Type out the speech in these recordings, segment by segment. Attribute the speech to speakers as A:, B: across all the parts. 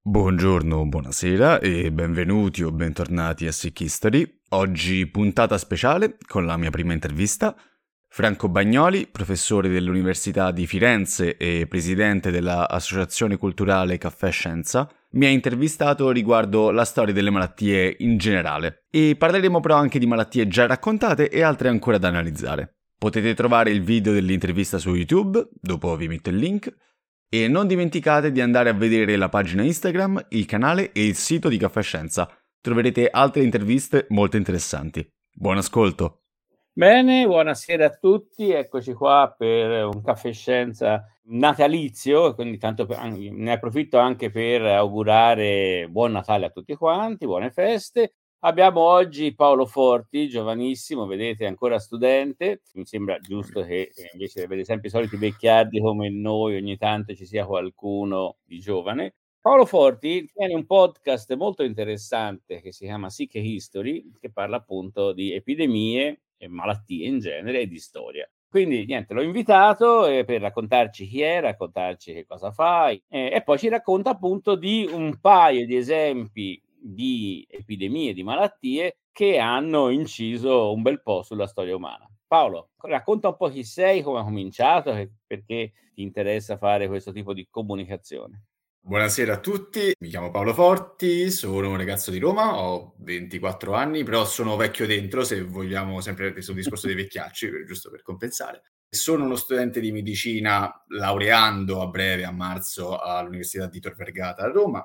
A: Buongiorno, buonasera e benvenuti o bentornati a Sick History. Oggi puntata speciale con la mia prima intervista. Franco Bagnoli, professore dell'Università di Firenze e presidente dell'Associazione Culturale Caffè Scienza, mi ha intervistato riguardo la storia delle malattie in generale. E parleremo però anche di malattie già raccontate e altre ancora da analizzare. Potete trovare il video dell'intervista su YouTube, dopo vi metto il link. E non dimenticate di andare a vedere la pagina Instagram, il canale e il sito di Caffè Scienza. Troverete altre interviste molto interessanti. Buon ascolto!
B: Bene, buonasera a tutti, eccoci qua per un Caffè Scienza natalizio, quindi tanto ne approfitto anche per augurare buon Natale a tutti quanti, buone feste. Abbiamo oggi Paolo Forti, giovanissimo, vedete, ancora studente. Mi sembra giusto che invece di avere sempre i soliti vecchiardi come noi, ogni tanto ci sia qualcuno di giovane. Paolo Forti tiene un podcast molto interessante che si chiama Sick History, che parla appunto di epidemie e malattie in genere e di storia. Quindi niente, l'ho invitato per raccontarci chi è, raccontarci che cosa fai e poi ci racconta appunto di un paio di esempi di epidemie, di malattie che hanno inciso un bel po' sulla storia umana. Paolo, racconta un po' chi sei, come hai cominciato, perché ti interessa fare questo tipo di comunicazione.
A: Buonasera a tutti, mi chiamo Paolo Forti, sono un ragazzo di Roma, ho 24 anni, però sono vecchio dentro, se vogliamo sempre questo discorso dei vecchiacci, giusto per compensare. Sono uno studente di medicina laureando a breve, a marzo, all'Università di Tor Vergata a Roma.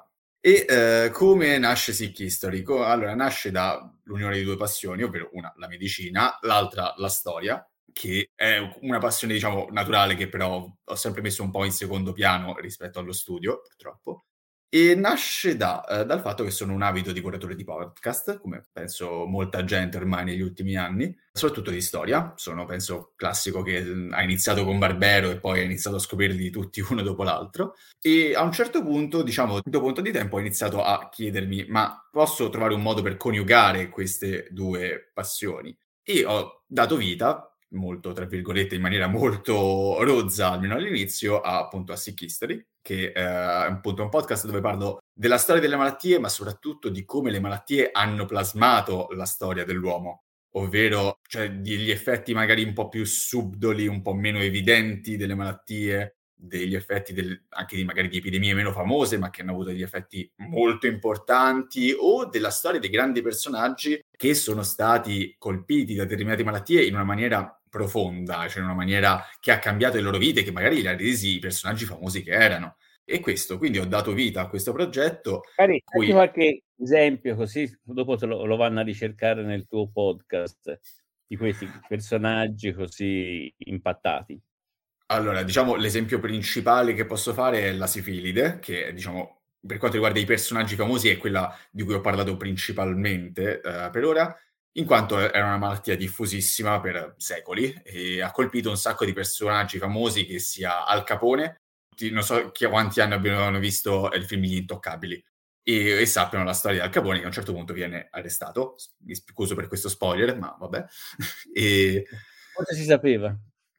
A: E come nasce Sick History? Allora, nasce dall'unione di due passioni, ovvero una la medicina, l'altra la storia, che è una passione, diciamo, naturale, che però ho sempre messo un po' in secondo piano rispetto allo studio, purtroppo. E nasce dal fatto che sono un avido divoratore di podcast, come penso molta gente ormai negli ultimi anni, soprattutto di storia. Sono, penso, classico che ha iniziato con Barbero e poi ha iniziato a scoprirli tutti uno dopo l'altro. E a un certo punto, diciamo, dopo un po' di tempo, ho iniziato a chiedermi: ma posso trovare un modo per coniugare queste due passioni? E ho dato vita, molto, tra virgolette, in maniera molto rozza, almeno all'inizio, appunto a Sick History, che è appunto un podcast dove parlo della storia delle malattie, ma soprattutto di come le malattie hanno plasmato la storia dell'uomo, ovvero cioè degli effetti magari un po' più subdoli, un po' meno evidenti delle malattie, degli effetti anche magari di epidemie meno famose, ma che hanno avuto degli effetti molto importanti, o della storia dei grandi personaggi che sono stati colpiti da determinate malattie in una maniera profonda, cioè in una maniera che ha cambiato le loro vite, che magari li ha resi i personaggi famosi che erano. E questo, quindi ho dato vita a questo progetto,
B: Magari
A: cui...
B: fatti qualche esempio, così dopo te lo vanno a ricercare nel tuo podcast, di questi personaggi così impattati.
A: Allora, diciamo, l'esempio principale che posso fare è la sifilide, che, diciamo, per quanto riguarda i personaggi famosi è quella di cui ho parlato principalmente per ora, in quanto era una malattia diffusissima per secoli e ha colpito un sacco di personaggi famosi, che sia Al Capone, non so quanti anni abbiano visto il film Gli Intoccabili, e sappiano la storia di Al Capone, che a un certo punto viene arrestato. Mi scuso per questo spoiler, ma vabbè. E...
B: Forse si sapeva.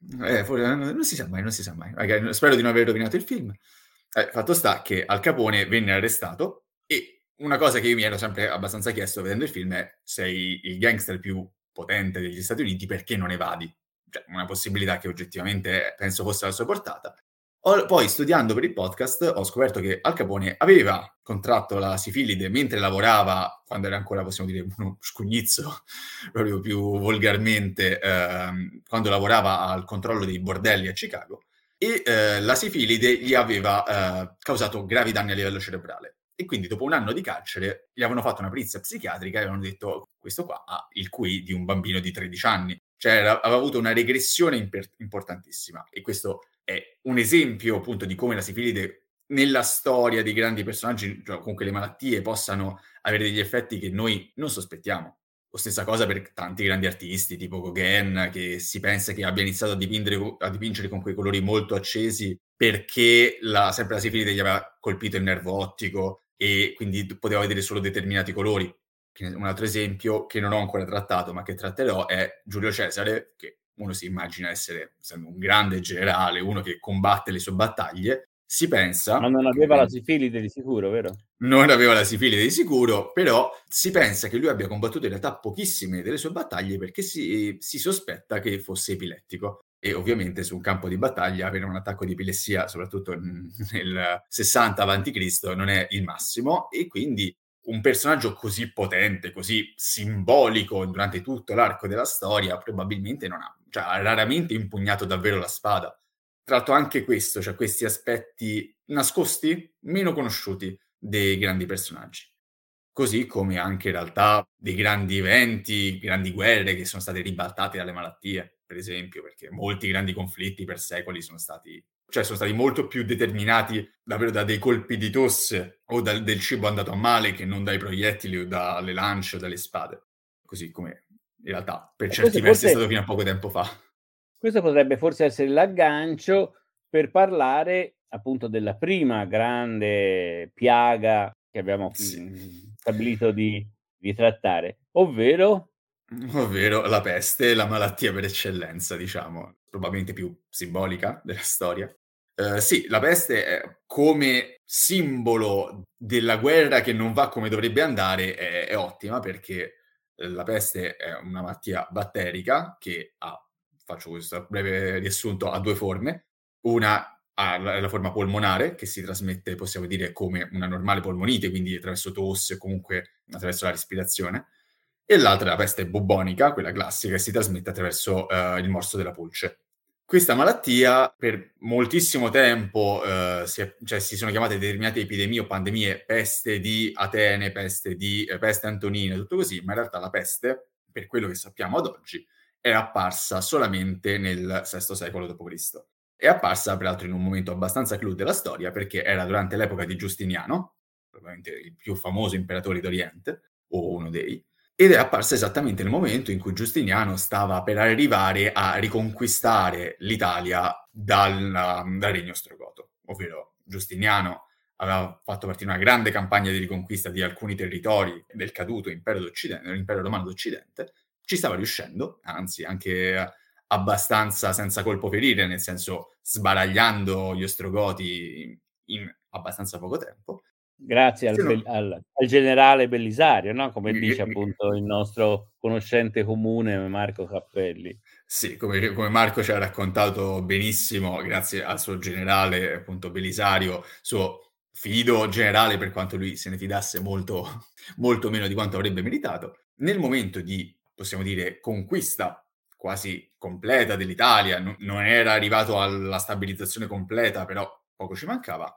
A: non si sa mai, non si sa mai. Magari, spero di non aver rovinato il film. Fatto sta che Al Capone venne arrestato, e una cosa che io mi ero sempre abbastanza chiesto vedendo il film è: sei il gangster più potente degli Stati Uniti, perché non evadi? Cioè, una possibilità che oggettivamente penso fosse alla sua portata. Poi, studiando per il podcast, ho scoperto che Al Capone aveva contratto la sifilide mentre lavorava, quando era ancora, possiamo dire, uno scugnizzo, proprio più volgarmente, quando lavorava al controllo dei bordelli a Chicago, e la sifilide gli aveva causato gravi danni a livello cerebrale. E quindi dopo un anno di carcere gli avevano fatto una perizia psichiatrica e avevano detto: questo qua ha il QI di un bambino di 13 anni. Cioè aveva avuto una regressione importantissima. E questo è un esempio appunto di come la sifilide nella storia dei grandi personaggi, cioè comunque le malattie, possano avere degli effetti che noi non sospettiamo. O stessa cosa per tanti grandi artisti, tipo Gauguin, che si pensa che abbia iniziato a dipingere con quei colori molto accesi perché sempre la sifilide gli aveva colpito il nervo ottico e quindi poteva vedere solo determinati colori. Un altro esempio che non ho ancora trattato, ma che tratterò, è Giulio Cesare, che uno si immagina essendo un grande generale, uno che combatte le sue battaglie, Si pensa...
B: Ma non aveva la sifilide di sicuro, vero?
A: Non aveva la sifilide di sicuro, però si pensa che lui abbia combattuto in realtà pochissime delle sue battaglie perché si sospetta che fosse epilettico. E ovviamente su un campo di battaglia avere un attacco di epilessia, soprattutto nel 60 a.C., non è il massimo, e quindi un personaggio così potente, così simbolico durante tutto l'arco della storia, probabilmente non ha, cioè ha raramente impugnato davvero la spada. Tra l'altro anche questo, cioè questi aspetti nascosti, meno conosciuti dei grandi personaggi. Così come anche in realtà dei grandi eventi, grandi guerre che sono state ribaltate dalle malattie, per esempio, perché molti grandi conflitti per secoli sono stati molto più determinati davvero da dei colpi di tosse o del cibo andato a male che non dai proiettili o dalle lance o dalle spade. Così come in realtà per certi versi è stato fino a poco tempo fa.
B: Questo potrebbe forse essere l'aggancio per parlare appunto della prima grande piaga che abbiamo stabilito di trattare, ovvero
A: la peste, la malattia per eccellenza, diciamo, probabilmente più simbolica della storia. Sì, la peste è come simbolo della guerra che non va come dovrebbe andare, è ottima perché la peste è una malattia batterica che faccio questo breve riassunto, ha due forme. Una ha la forma polmonare, che si trasmette, possiamo dire, come una normale polmonite, quindi attraverso tosse o comunque attraverso la respirazione. E l'altra è la peste bubonica, quella classica, che si trasmette attraverso il morso della pulce. Questa malattia per moltissimo tempo si sono chiamate determinate epidemie o pandemie peste di Atene, peste Antonina, tutto così, ma in realtà la peste, per quello che sappiamo ad oggi, è apparsa solamente nel VI secolo d.C. È apparsa peraltro in un momento abbastanza clou della storia perché era durante l'epoca di Giustiniano, probabilmente il più famoso imperatore d'Oriente, o uno dei, ed è apparsa esattamente nel momento in cui Giustiniano stava per arrivare a riconquistare l'Italia dal regno ostrogoto, ovvero Giustiniano aveva fatto partire una grande campagna di riconquista di alcuni territori del caduto impero romano d'Occidente, ci stava riuscendo, anzi anche abbastanza senza colpo ferire, nel senso sbaragliando gli ostrogoti in abbastanza poco tempo.
B: Grazie al generale Bellisario, no? Come dice appunto il nostro conoscente comune Marco Cappelli.
A: Sì, come Marco ci ha raccontato benissimo, grazie al suo generale, appunto Bellisario, suo fido generale, per quanto lui se ne fidasse molto, molto meno di quanto avrebbe meritato. Nel momento di, possiamo dire, conquista quasi completa dell'Italia, non era arrivato alla stabilizzazione completa, però poco ci mancava,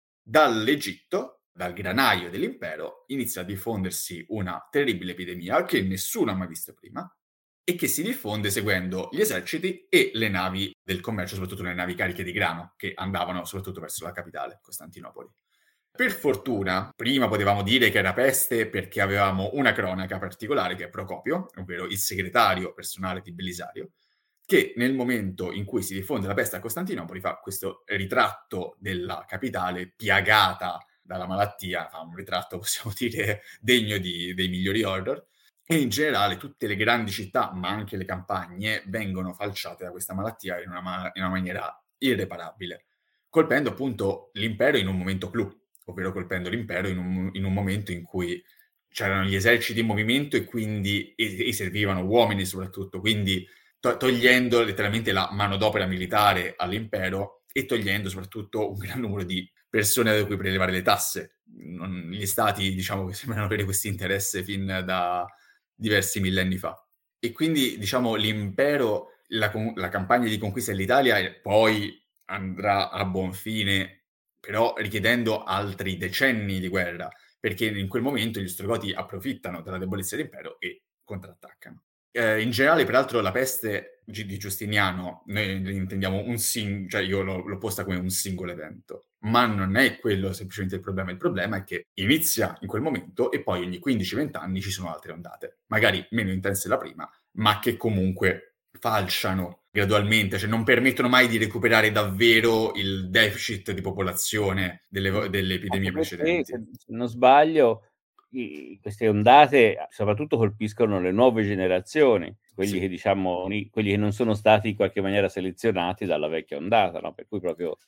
A: dall'Egitto, dal granaio dell'impero, inizia a diffondersi una terribile epidemia che nessuno ha mai visto prima e che si diffonde seguendo gli eserciti e le navi del commercio, soprattutto le navi cariche di grano, che andavano soprattutto verso la capitale, Costantinopoli. Per fortuna, prima potevamo dire che era peste perché avevamo una cronaca particolare che è Procopio, ovvero il segretario personale di Bellisario, che nel momento in cui si diffonde la peste a Costantinopoli fa questo ritratto della capitale piagata dalla malattia, fa un ritratto, possiamo dire, degno dei migliori horror, e in generale tutte le grandi città, ma anche le campagne, vengono falciate da questa malattia in una maniera irreparabile, colpendo appunto l'impero in un momento clou, ovvero colpendo l'impero in un momento in cui c'erano gli eserciti in movimento e quindi e servivano uomini soprattutto, quindi togliendo letteralmente la manodopera militare all'impero e togliendo soprattutto un gran numero di persone da cui prelevare le tasse. Gli stati, diciamo, che sembrano avere questo interesse fin da diversi millenni fa. E quindi, diciamo, l'impero, la campagna di conquista dell'Italia poi andrà a buon fine, però richiedendo altri decenni di guerra, perché in quel momento gli ostrogoti approfittano della debolezza dell'impero e contrattaccano. In generale, peraltro, la peste di Giustiniano, noi intendiamo cioè io l'ho posta come un singolo evento, ma non è quello semplicemente il problema. Il problema è che inizia in quel momento e poi ogni 15-20 anni ci sono altre ondate, magari meno intense la prima, ma che comunque falciano gradualmente, cioè non permettono mai di recuperare davvero il deficit di popolazione delle epidemie precedenti.
B: Se non sbaglio, queste ondate soprattutto colpiscono le nuove generazioni, quelli che diciamo quelli che non sono stati in qualche maniera selezionati dalla vecchia ondata, no? Per cui proprio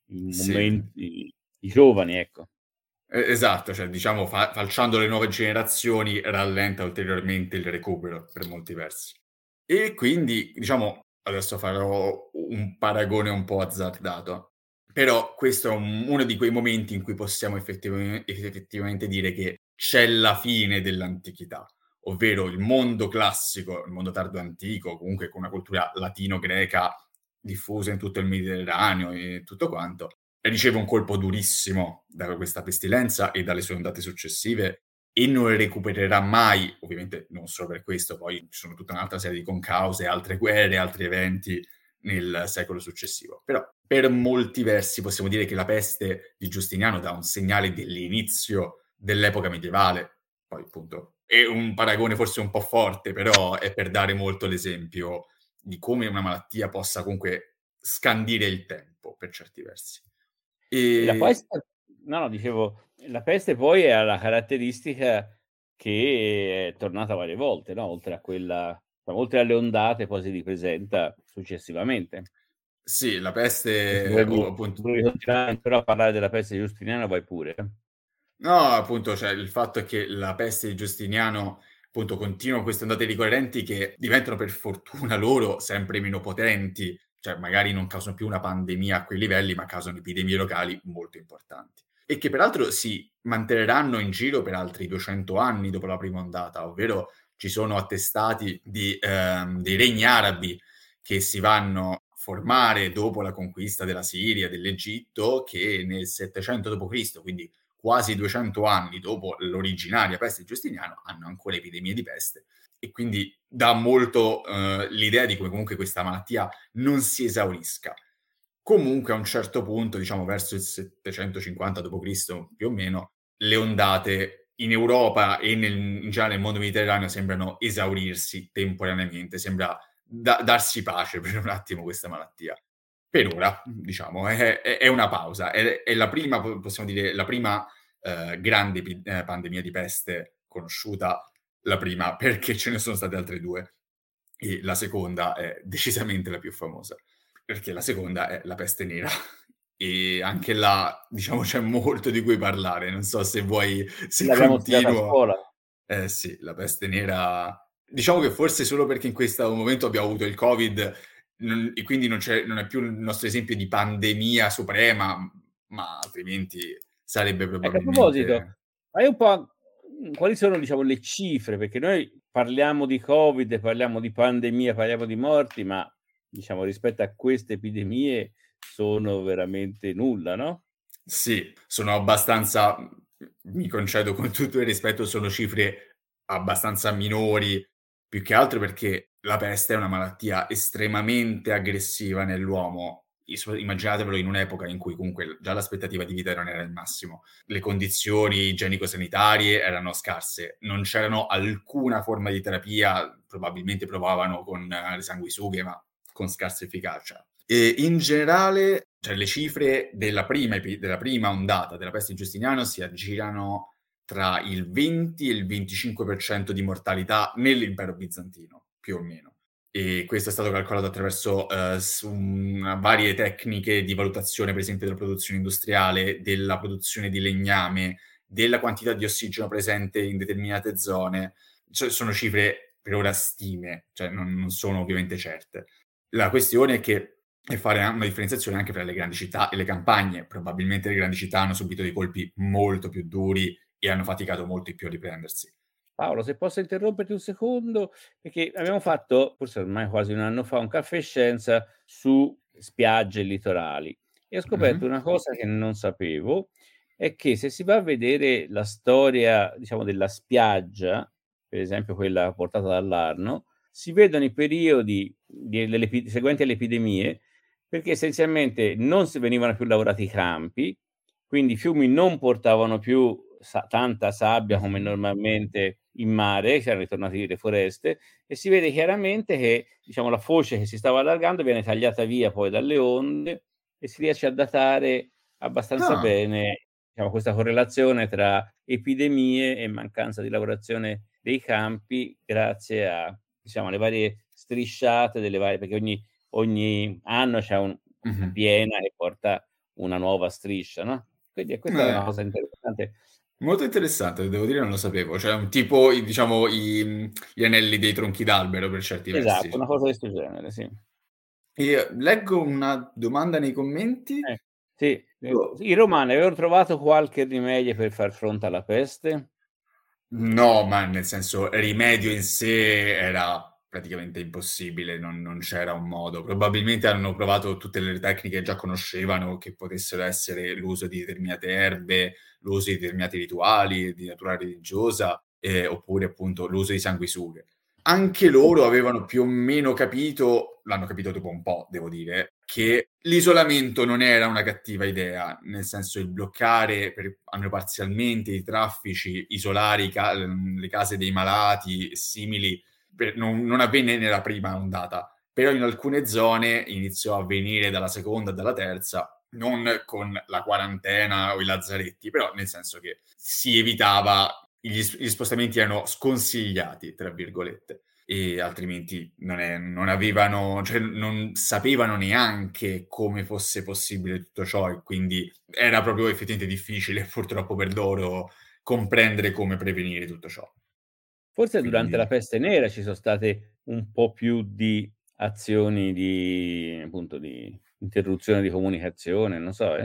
B: i
A: Sì.
B: momenti i giovani, ecco.
A: Esatto, cioè diciamo falciando le nuove generazioni rallenta ulteriormente il recupero per molti versi. E quindi diciamo, adesso farò un paragone un po' azzardato, però questo è uno di quei momenti in cui possiamo effettivamente dire che c'è la fine dell'antichità, ovvero il mondo classico, il mondo tardo antico, comunque con una cultura latino-greca diffusa in tutto il Mediterraneo e tutto quanto, riceve un colpo durissimo da questa pestilenza e dalle sue ondate successive e non recupererà mai, ovviamente non solo per questo, poi ci sono tutta un'altra serie di concause, altre guerre, altri eventi nel secolo successivo. Però per molti versi possiamo dire che la peste di Giustiniano dà un segnale dell'inizio dell'epoca medievale. Poi appunto è un paragone forse un po' forte, però è per dare molto l'esempio di come una malattia possa comunque scandire il tempo per certi versi.
B: E la
A: E
B: peste no, dicevo, la peste poi ha la caratteristica che è tornata varie volte, no, oltre a quella oltre alle ondate poi si ripresenta successivamente.
A: sì, la
B: E se
A: peste
B: vuoi
A: o appunto
B: volevi continuare ancora a parlare della peste giustiniana vai pure.
A: no, appunto, cioè il fatto è che la peste di Giustiniano, appunto, continua queste ondate ricorrenti che diventano per fortuna loro sempre meno potenti, cioè magari non causano più una pandemia a quei livelli, ma causano epidemie locali molto importanti. E che peraltro si manterranno in giro per altri 200 anni dopo la prima ondata, ovvero ci sono attestati di, dei regni arabi che si vanno formare dopo la conquista della Siria, dell'Egitto, che nel 700 d.C., quindi quasi 200 anni dopo l'originaria peste di Giustiniano, hanno ancora epidemie di peste e quindi dà molto l'idea di come comunque questa malattia non si esaurisca. Comunque a un certo punto, diciamo verso il 750 d.C. più o meno, le ondate in Europa e in generale nel mondo mediterraneo sembrano esaurirsi temporaneamente, sembra darsi pace per un attimo questa malattia. Per ora, diciamo, è una pausa, è la prima, possiamo dire, la prima grande pandemia di peste conosciuta, la prima perché ce ne sono state altre due e la seconda è decisamente la più famosa, perché la seconda è la peste nera e anche là, diciamo, c'è molto di cui parlare. Non so se vuoi, se
B: L'abbiamo studiata a
A: continuo.
B: scuola.
A: Eh sì, la peste nera. Diciamo che forse solo perché in questo momento abbiamo avuto il Covid e quindi non è più il nostro esempio di pandemia suprema, ma altrimenti sarebbe
B: Ecco, a proposito,
A: probabilmente.
B: fai un po' quali sono, diciamo, le cifre? Perché noi parliamo di Covid, parliamo di pandemia, parliamo di morti, ma diciamo rispetto a queste epidemie sono veramente nulla, no?
A: Sì, sono abbastanza, mi concedo con tutto il rispetto, sono cifre abbastanza minori, più che altro perché la peste è una malattia estremamente aggressiva nell'uomo. Immaginatevelo in un'epoca in cui comunque già l'aspettativa di vita non era il massimo, le condizioni igienico-sanitarie erano scarse, non c'erano alcuna forma di terapia, probabilmente provavano con le sanguisughe, ma con scarsa efficacia. E in generale, cioè le cifre della prima ondata della peste di Giustiniano si aggirano tra il 20 e il 25% di mortalità nell'impero bizantino, più o meno. E questo è stato calcolato attraverso varie tecniche di valutazione, per esempio della produzione industriale, della produzione di legname, della quantità di ossigeno presente in determinate zone. Cioè, sono cifre per ora stime, cioè non sono ovviamente certe. La questione è che e fare una differenziazione anche fra le grandi città e le campagne. Probabilmente le grandi città hanno subito dei colpi molto più duri e hanno faticato molto di più a riprendersi.
B: Paolo, se posso interromperti un secondo, perché abbiamo
A: Certo.
B: fatto, forse ormai quasi 1 anno fa, un caffè scienza su spiagge e litorali e ho
A: Mh-mh.
B: scoperto una cosa che non sapevo, è che se si va a vedere la storia, diciamo, della spiaggia, per esempio quella portata dall'Arno, si vedono i periodi seguenti alle epidemie, perché essenzialmente non si venivano più lavorati i campi, quindi i fiumi non portavano più tanta sabbia come
A: Mh-mh.
B: normalmente in mare, c'erano ritornati le foreste e si vede chiaramente che, diciamo, la foce che si stava allargando viene tagliata via poi dalle onde e si riesce a datare abbastanza
A: Ah.
B: bene, diciamo, questa correlazione tra epidemie e mancanza di lavorazione dei campi grazie a, diciamo, alle varie strisciate delle varie perché ogni anno c'è una
A: Mh-mh.
B: piena che porta una nuova striscia, no? Quindi questa è una cosa interessante.
A: Molto interessante, devo dire non lo sapevo. Cioè un tipo diciamo gli anelli dei tronchi d'albero per certi versi.
B: Esatto, una cosa di 'sto genere, sì.
A: E leggo una domanda nei commenti.
B: Sì,
A: Io
B: i romani avevano trovato qualche rimedio per far fronte alla peste?
A: No, ma nel senso, rimedio in sé era praticamente impossibile, non c'era un modo. Probabilmente hanno provato tutte le tecniche che già conoscevano, che potessero essere l'uso di determinate erbe, l'uso di determinati rituali di natura religiosa, oppure appunto l'uso di sanguisughe. Anche loro avevano più o meno capito, l'hanno capito dopo un po', devo dire, che l'isolamento non era una cattiva idea, nel senso il bloccare almeno parzialmente i traffici, isolare le case dei malati e simili, non avvenne nella prima ondata, però in alcune zone iniziò a avvenire dalla seconda e dalla terza, non con la quarantena o i lazzaretti, però nel senso che si evitava, gli spostamenti erano sconsigliati, tra virgolette, e altrimenti non avevano, cioè non sapevano neanche come fosse possibile tutto ciò, e quindi era proprio effettivamente difficile purtroppo per loro comprendere come prevenire tutto ciò.
B: Forse durante la
A: Quindi
B: peste nera ci sono state un po' più di azioni di appunto, di interruzione di comunicazione, non so,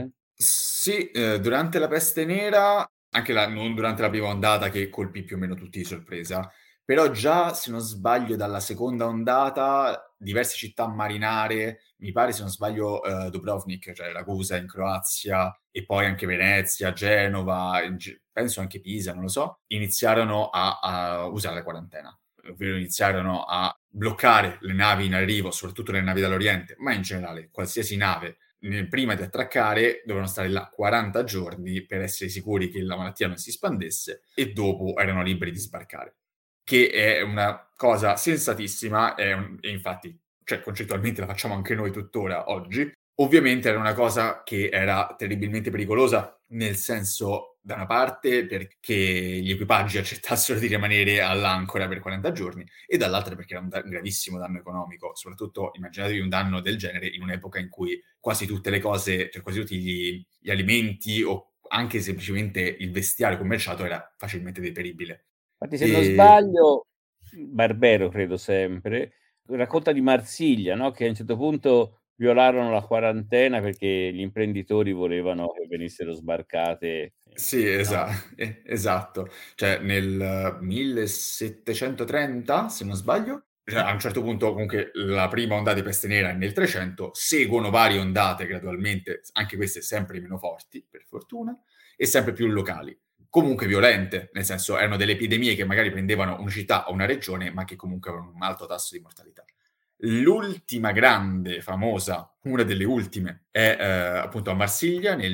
A: sì, durante la peste nera, anche non durante la prima ondata che colpì più o meno tutti di sorpresa, però già, se non sbaglio, dalla seconda ondata diverse città marinare, mi pare se non sbaglio, Dubrovnik, cioè Ragusa in Croazia, e poi anche Venezia, Genova, penso anche Pisa, non lo so, iniziarono a usare la quarantena, ovvero iniziarono a bloccare le navi in arrivo, soprattutto le navi dall'Oriente, ma in generale qualsiasi nave prima di attraccare dovevano stare là 40 giorni per essere sicuri che la malattia non si espandesse, e dopo erano liberi di sbarcare, che è una cosa sensatissima, e infatti, cioè, concettualmente la facciamo anche noi tuttora oggi. Ovviamente era una cosa che era terribilmente pericolosa, nel senso, da una parte perché gli equipaggi accettassero di rimanere all'ancora per 40 giorni, e dall'altra perché era un gravissimo danno economico, soprattutto immaginatevi un danno del genere in un'epoca in cui quasi tutte le cose, cioè quasi tutti gli alimenti o anche semplicemente il vestiario commerciato era facilmente deperibile.
B: infatti se non
A: E
B: sbaglio, Barbero credo sempre, racconta di Marsiglia, no, che a un certo punto violarono la quarantena perché gli imprenditori volevano che venissero sbarcate,
A: sì,
B: no?
A: esatto. Cioè nel 1730, se non sbaglio, cioè a un certo punto comunque la prima ondata di peste nera è nel 300, seguono varie ondate gradualmente, anche queste sempre meno forti, per fortuna, e sempre più locali. Comunque violente, nel senso erano delle epidemie che magari prendevano una città o una regione, ma che comunque avevano un alto tasso di mortalità. L'ultima grande, famosa, una delle ultime, è appunto a Marsiglia nel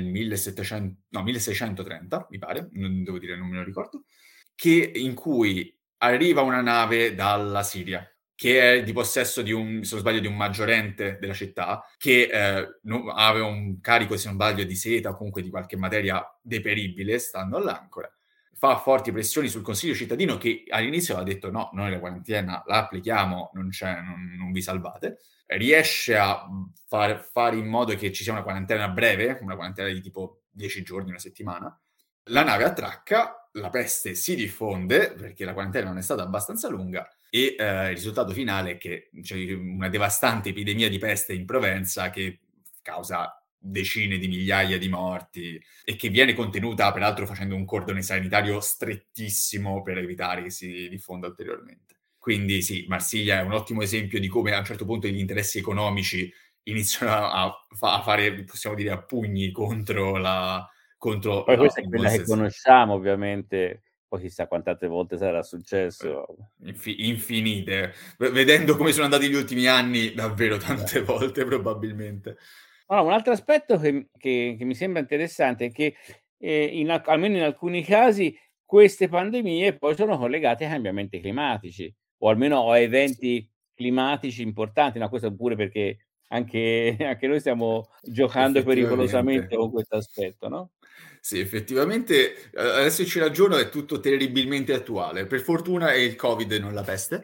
A: 1630, mi pare, non devo dire, non me lo ricordo, in cui arriva una nave dalla Siria, che è di possesso di se non sbaglio, di un maggiorente della città, che aveva un carico, se non sbaglio, di seta o comunque di qualche materia deperibile, stando all'ancora. Fa forti pressioni sul consiglio cittadino, che all'inizio aveva detto no, noi la quarantena la applichiamo, non vi salvate. Riesce a fare in modo che ci sia una quarantena breve, una quarantena di tipo 10 giorni, una settimana. La nave attracca, la peste si diffonde perché la quarantena non è stata abbastanza lunga, e il risultato finale è che c'è una devastante epidemia di peste in Provenza che causa decine di migliaia di morti, e che viene contenuta peraltro facendo un cordone sanitario strettissimo per evitare che si diffonda ulteriormente. Quindi sì, Marsiglia è un ottimo esempio di come a un certo punto gli interessi economici iniziano a fare, possiamo dire, a pugni contro
B: Poi questa è
A: il buon
B: quella che
A: senso.
B: conosciamo ovviamente, poi chissà quante altre volte sarà successo.
A: Infinite. Vedendo come sono andati gli ultimi anni, davvero tante
B: Esatto.
A: volte probabilmente.
B: Allora, un altro aspetto che mi sembra interessante è che, almeno in alcuni casi, queste pandemie poi sono collegate ai cambiamenti climatici, o almeno a eventi climatici importanti, no, questo pure perché anche noi stiamo giocando pericolosamente
A: Effettivamente.
B: con questo aspetto, no?
A: Sì, effettivamente, adesso ci ragiono, è tutto terribilmente attuale. Per fortuna è il Covid e non la peste.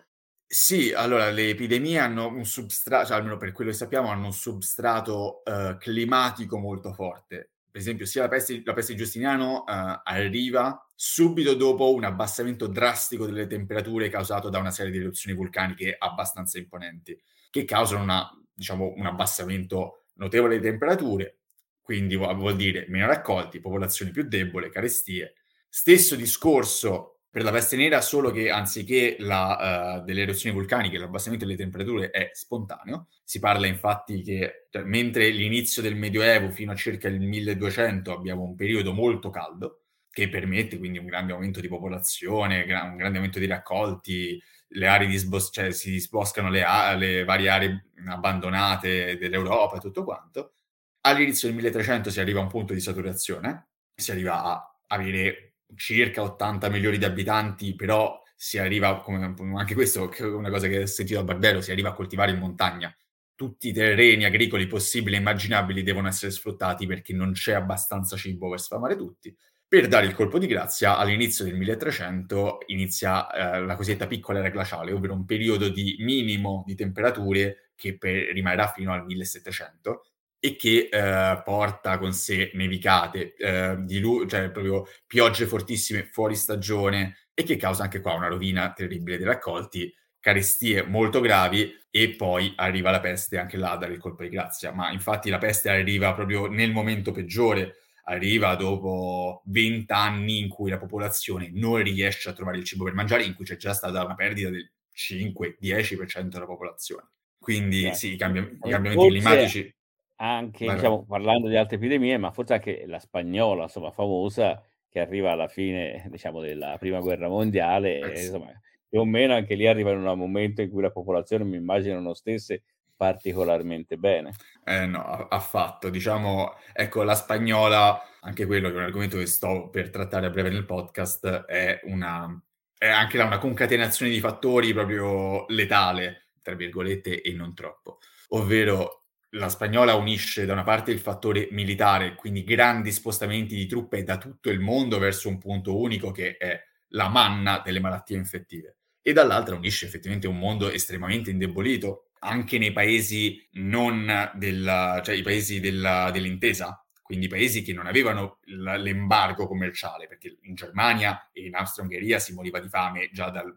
A: Sì, allora le epidemie hanno un substrato, cioè almeno per quello che sappiamo, hanno un substrato climatico molto forte. Per esempio, sia la peste di Giustiniano arriva subito dopo un abbassamento drastico delle temperature causato da una serie di eruzioni vulcaniche abbastanza imponenti, che causano diciamo, un abbassamento notevole di temperature, quindi vuol dire meno raccolti, popolazioni più debole, carestie. Stesso discorso per la peste nera, solo che anziché delle eruzioni vulcaniche, l'abbassamento delle temperature è spontaneo. Si parla infatti che mentre l'inizio del Medioevo fino a circa il 1200 abbiamo un periodo molto caldo, che permette quindi un grande aumento di popolazione, un grande aumento di raccolti, le aree cioè si disboscano le varie aree abbandonate dell'Europa e tutto quanto. All'inizio del 1300 si arriva a un punto di saturazione, si arriva a avere circa 80 milioni di abitanti, però si arriva, come anche questo è una cosa che ho sentito da Barbero, si arriva a coltivare in montagna. Tutti i terreni agricoli possibili e immaginabili devono essere sfruttati perché non c'è abbastanza cibo per sfamare tutti. Per dare il colpo di grazia, all'inizio del 1300 inizia la cosiddetta piccola era glaciale, ovvero un periodo di minimo di temperature che rimarrà fino al 1700 e che porta con sé nevicate, cioè proprio piogge fortissime fuori stagione e che causa anche qua una rovina terribile dei raccolti, carestie molto gravi e poi arriva la peste anche là a dare il colpo di grazia. Ma infatti la peste arriva proprio nel momento peggiore, arriva dopo 20 anni in cui la popolazione non riesce a trovare il cibo per mangiare, in cui c'è già stata una perdita del 5-10% della popolazione. Quindi sì, i cambiamenti
B: Forse
A: climatici.
B: anche,
A: Vai, vai.
B: diciamo, parlando di altre epidemie, ma forse anche la spagnola, insomma, famosa, che arriva alla fine, diciamo, della prima guerra mondiale, e,
A: Sì.
B: insomma, più o meno anche lì arriva in un momento in cui la popolazione, mi immagino, non stesse particolarmente bene.
A: No, affatto. Diciamo, ecco, la spagnola, anche quello che è un argomento che sto per trattare a breve nel podcast, è anche là una concatenazione di fattori proprio letale, tra virgolette, e non troppo. Ovvero, la spagnola unisce da una parte il fattore militare, quindi grandi spostamenti di truppe da tutto il mondo verso un punto unico che è la manna delle malattie infettive. E dall'altra unisce effettivamente un mondo estremamente indebolito, anche nei paesi non cioè i paesi dell'intesa, quindi i paesi che non avevano l'embargo commerciale, perché in Germania e in Austria-Ungheria si moriva di fame già dal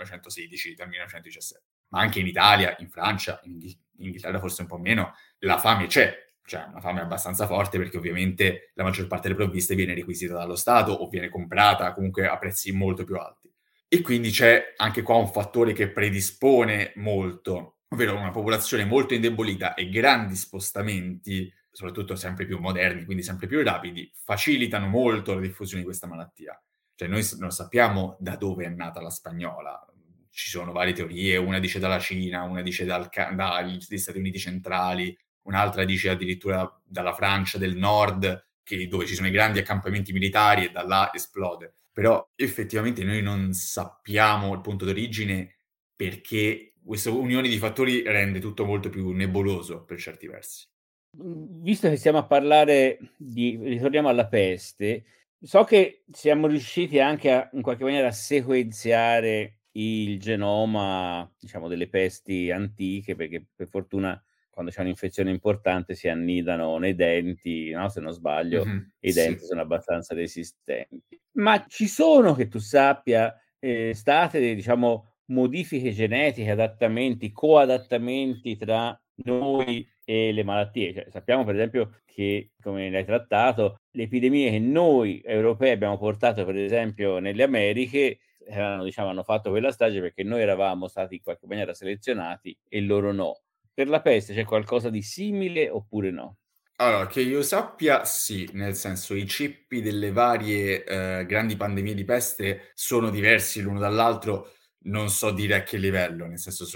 A: 1916, dal 1917, ma anche in Italia, in Francia, in Inghilterra forse un po' meno, la fame c'è, cioè una fame abbastanza forte perché ovviamente la maggior parte delle provviste viene requisita dallo Stato o viene comprata comunque a prezzi molto più alti. E quindi c'è anche qua un fattore che predispone molto, ovvero una popolazione molto indebolita e grandi spostamenti, soprattutto sempre più moderni, quindi sempre più rapidi, facilitano molto la diffusione di questa malattia. Cioè noi non sappiamo da dove è nata la spagnola, ci sono varie teorie, una dice dalla Cina, una dice dagli Stati Uniti centrali, un'altra dice addirittura dalla Francia del nord, dove ci sono i grandi accampamenti militari e da là esplode. Però effettivamente noi non sappiamo il punto d'origine perché questa unione di fattori rende tutto molto più nebuloso per certi versi.
B: Visto che stiamo a parlare ritorniamo alla peste, so che siamo riusciti anche a in qualche maniera a sequenziare il genoma, diciamo, delle pesti antiche, perché per fortuna quando c'è un'infezione importante si annidano nei denti, no, se non sbaglio, e i
A: Sì.
B: denti sono abbastanza resistenti. Ma ci sono, che tu sappia, state, diciamo, modifiche genetiche, adattamenti, coadattamenti tra noi e le malattie? Cioè, sappiamo per esempio che, come l'hai trattato, le epidemie che noi europei abbiamo portato per esempio nelle Americhe diciamo, hanno fatto quella strage perché noi eravamo stati in qualche maniera selezionati e loro no. Per la peste c'è qualcosa di simile oppure no?
A: Allora, che io sappia sì, nel senso i ceppi delle varie grandi pandemie di peste sono diversi l'uno dall'altro, non so dire a che livello, nel senso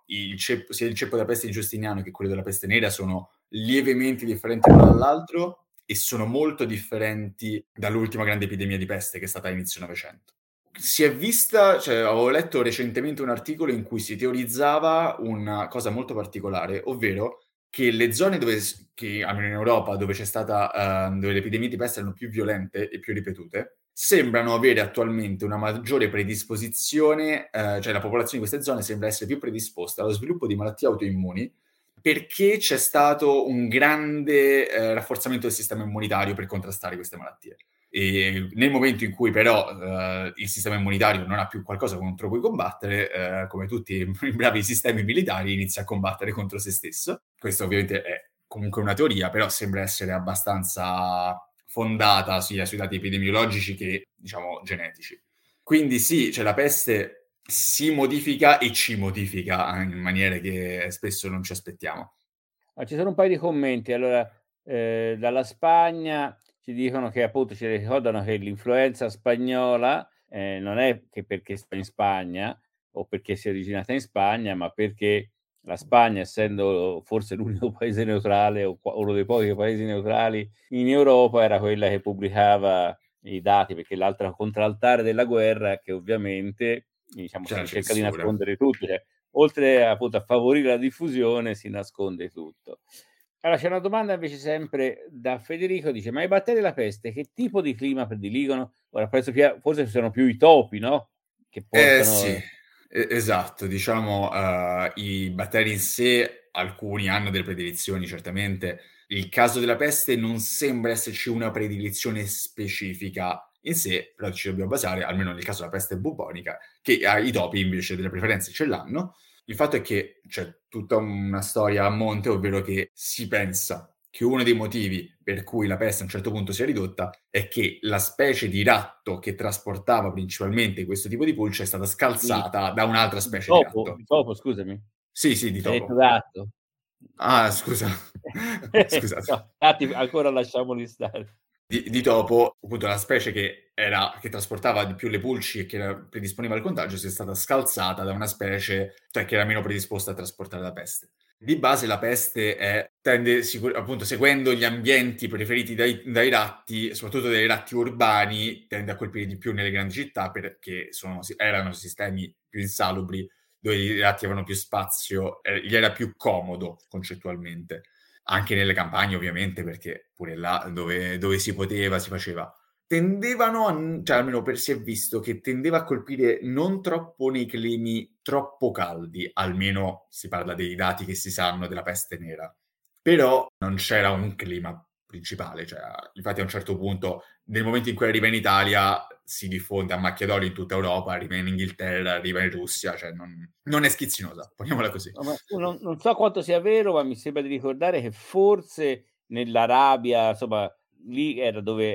A: sia il ceppo della peste di Giustiniano che quello della peste nera sono lievemente differenti l'uno dall'altro e sono molto differenti dall'ultima grande epidemia di peste che è stata a inizio Novecento. Si è vista, cioè avevo letto recentemente un articolo in cui si teorizzava una cosa molto particolare, ovvero che le zone che almeno in Europa, dove c'è stata dove le epidemie di peste erano più violente e più ripetute, sembrano avere attualmente una maggiore predisposizione, cioè la popolazione di queste zone sembra essere più predisposta allo sviluppo di malattie autoimmuni, perché c'è stato un grande rafforzamento del sistema immunitario per contrastare queste malattie. E nel momento in cui però il sistema immunitario non ha più qualcosa contro cui combattere, come tutti i bravi sistemi militari, inizia a combattere contro se stesso. Questo ovviamente è comunque una teoria, però sembra essere abbastanza fondata sia sui dati epidemiologici che, diciamo, genetici. Quindi sì, cioè la peste si modifica e ci modifica in maniere che spesso non ci aspettiamo.
B: Ci sono un paio di commenti. Allora, dalla Spagna ci dicono che appunto ci ricordano che l'influenza spagnola, non è che perché sta in Spagna o perché si è originata in Spagna, ma perché la Spagna, essendo forse l'unico paese neutrale o uno dei pochi paesi neutrali in Europa, era quella che pubblicava i dati, perché l'altra contraltare della guerra è che ovviamente, diciamo,
A: C'è la
B: si cerca di
A: censura.
B: nascondere tutto, cioè oltre appunto a favorire la diffusione, si nasconde tutto. Allora, c'è una domanda invece sempre da Federico, dice: "Ma i batteri della peste che tipo di clima prediligono?" Ora penso che forse sono più i topi, no, che
A: Sì,
B: portano
A: esatto. Diciamo, i batteri in sé, alcuni hanno delle predilezioni certamente. Il caso della peste non sembra esserci una predilizione specifica in sé, però ci dobbiamo basare, almeno nel caso della peste bubonica, che i topi invece delle preferenze ce l'hanno. Il fatto è che c'è tutta una storia a monte, ovvero che si pensa che uno dei motivi per cui la peste a un certo punto si è ridotta è che la specie di ratto che trasportava principalmente questo tipo di pulce è stata
B: di
A: scalzata da un'altra specie di ratto.
B: di topo, scusami?
A: Sì, sì, di
B: Hai detto
A: topo.
B: gatto?
A: Ah, scusa. Scusate.
B: No, gatti ancora lasciamoli stare.
A: Di topo, appunto la specie che trasportava di più le pulci e che era predisponeva al contagio, sia stata scalzata da una specie, cioè che era meno predisposta a trasportare la peste. Di base la peste tende appunto seguendo gli ambienti preferiti dai ratti, soprattutto dai ratti urbani, tende a colpire di più nelle grandi città perché erano sistemi più insalubri, dove i ratti avevano più spazio, gli era più comodo concettualmente. Anche nelle campagne ovviamente, perché pure là dove si poteva, si faceva. Tendevano cioè almeno si è visto che tendeva a colpire non troppo nei climi troppo caldi, almeno si parla dei dati che si sanno della peste nera. Però non c'era un clima principale, cioè infatti a un certo punto, nel momento in cui arriva in Italia, si diffonde a macchia d'olio in tutta Europa, arriva in Inghilterra, arriva in Russia, cioè non è schizzinosa, poniamola così.
B: No, ma non so quanto sia vero, ma mi sembra di ricordare che forse nell'Arabia, insomma, lì era dove,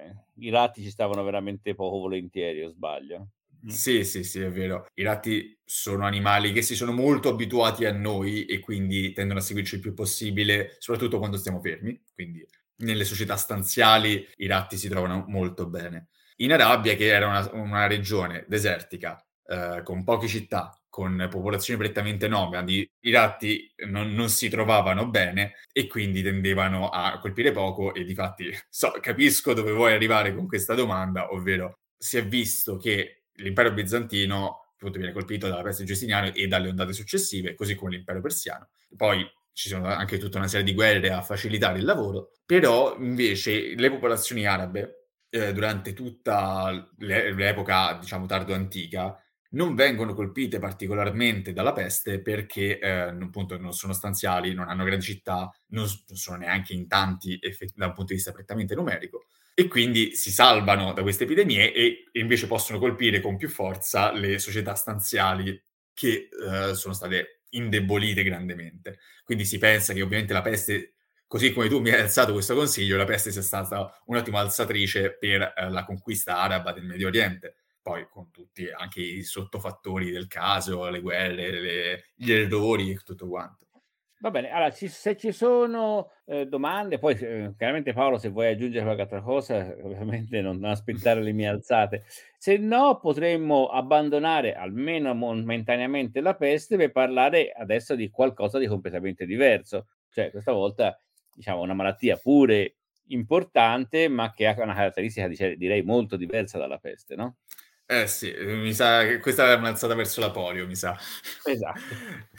B: i ratti ci stavano veramente poco volentieri, o sbaglio?
A: Sì, sì, sì, è vero. I ratti sono animali che si sono molto abituati a noi e quindi tendono a seguirci il più possibile, soprattutto quando stiamo fermi. Quindi nelle società stanziali i ratti si trovano molto bene. In Arabia, che era una regione desertica, con poche città, con popolazioni prettamente nomadi, i ratti non si trovavano bene e quindi tendevano a colpire poco e difatti capisco dove vuoi arrivare con questa domanda, ovvero si è visto che l'impero bizantino appunto viene colpito dalla peste giustiniana e dalle ondate successive, così come l'impero persiano. Poi ci sono anche tutta una serie di guerre a facilitare il lavoro, però invece le popolazioni arabe, durante tutta l'epoca, diciamo, tardo-antica, non vengono colpite particolarmente dalla peste perché appunto non sono stanziali, non hanno grandi città, non sono neanche in tanti da un punto di vista prettamente numerico e quindi si salvano da queste epidemie e invece possono colpire con più forza le società stanziali che sono state indebolite grandemente. Quindi si pensa che ovviamente la peste, così come tu mi hai alzato questo consiglio, la peste sia stata un'ottima alzatrice per la conquista araba del Medio Oriente. Poi con tutti anche i sottofattori del caso, le guerre, gli errori e tutto quanto.
B: Va bene, allora se ci sono, domande, poi chiaramente Paolo se vuoi aggiungere qualche altra cosa, ovviamente non aspettare le mie alzate. Se no potremmo abbandonare, almeno momentaneamente, la peste per parlare adesso di qualcosa di completamente diverso. Cioè questa volta, diciamo, una malattia pure importante, ma che ha una caratteristica direi molto diversa dalla peste, no?
A: Eh sì, mi sa che questa è un'alzata verso la polio, mi sa.
B: Esatto.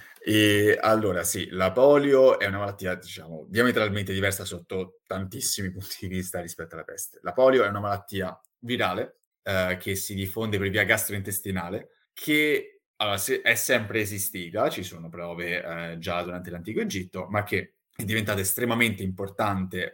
A: Allora sì, la polio è una malattia, diciamo, diametralmente diversa sotto tantissimi punti di vista rispetto alla peste. La polio è una malattia virale che si diffonde per via gastrointestinale, che allora, è sempre esistita, ci sono prove già durante l'Antico Egitto, ma che è diventata estremamente importante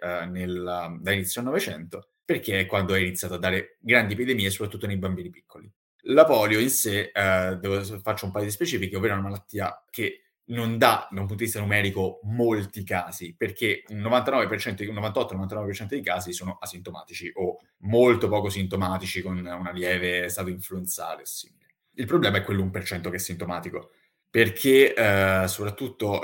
A: da inizio Novecento, perché è quando è iniziato a dare grandi epidemie, soprattutto nei bambini piccoli. La polio in sé, faccio un paio di specifiche, ovvero una malattia che non dà, da un punto di vista numerico, molti casi, perché un 99%, un 98-99% dei casi sono asintomatici o molto poco sintomatici con una lieve stato influenzale o simile. Il problema è quell'1% che è sintomatico, perché soprattutto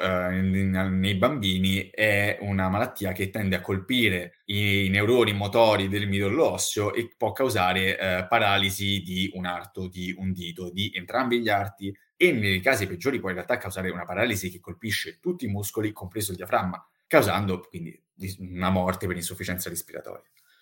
A: nei bambini è una malattia che tende a colpire i neuroni motori del midollo osseo e può causare paralisi di un arto, di un dito, di entrambi gli arti, e nei casi peggiori può in realtà causare una paralisi che colpisce tutti i muscoli, compreso il diaframma, causando quindi una morte per insufficienza respiratoria.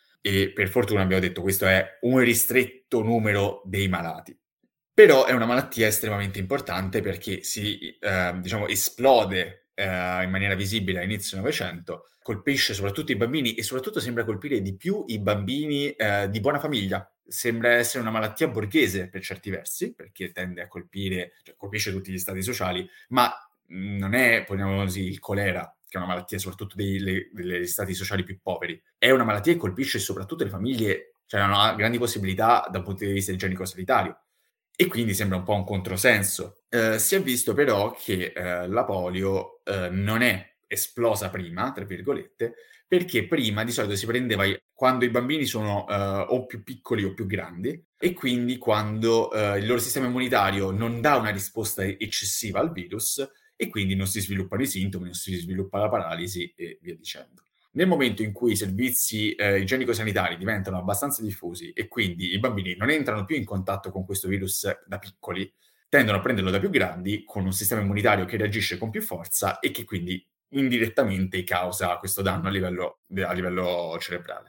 A: E per fortuna abbiamo detto questo è un ristretto numero dei malati. Però è una malattia estremamente importante perché si diciamo, esplode in maniera visibile a inizio Novecento, colpisce soprattutto i bambini e soprattutto sembra colpire di più i bambini di buona famiglia. Sembra essere una malattia borghese per certi versi, perché tende a colpire, cioè colpisce tutti gli stati sociali, ma non è, poniamo così, il colera, che è una malattia soprattutto degli stati sociali più poveri. È una malattia che colpisce soprattutto le famiglie, cioè hanno grandi possibilità dal punto di vista igienico-sanitario. E quindi sembra un po' un controsenso. Si è visto però che la polio non è esplosa prima, tra virgolette, perché prima di solito si prendeva quando i bambini sono o più piccoli o più grandi, e quindi quando il loro sistema immunitario non dà una risposta eccessiva al virus e quindi non si sviluppano i sintomi, non si sviluppa la paralisi e via dicendo. Nel momento in cui i servizi igienico-sanitari diventano abbastanza diffusi e quindi i bambini non entrano più in contatto con questo virus da piccoli, tendono a prenderlo da più grandi, con un sistema immunitario che reagisce con più forza e che quindi indirettamente causa questo danno a livello cerebrale.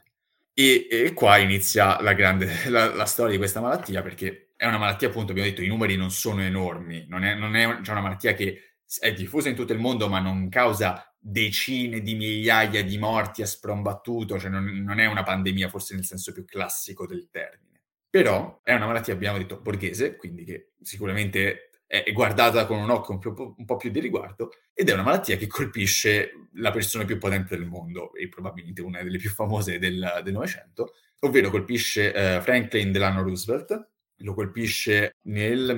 A: E qua inizia la storia di questa malattia, perché è una malattia, appunto, abbiamo detto, i numeri non sono enormi, non è una malattia che è diffusa in tutto il mondo, ma non causa decine di migliaia di morti a sprombattuto, cioè non è una pandemia forse nel senso più classico del termine. Però è una malattia, abbiamo detto, borghese, quindi che sicuramente è guardata con un occhio un po' più di riguardo, ed è una malattia che colpisce la persona più potente del mondo, e probabilmente una delle più famose del Novecento, ovvero colpisce Franklin Delano Roosevelt, lo colpisce nel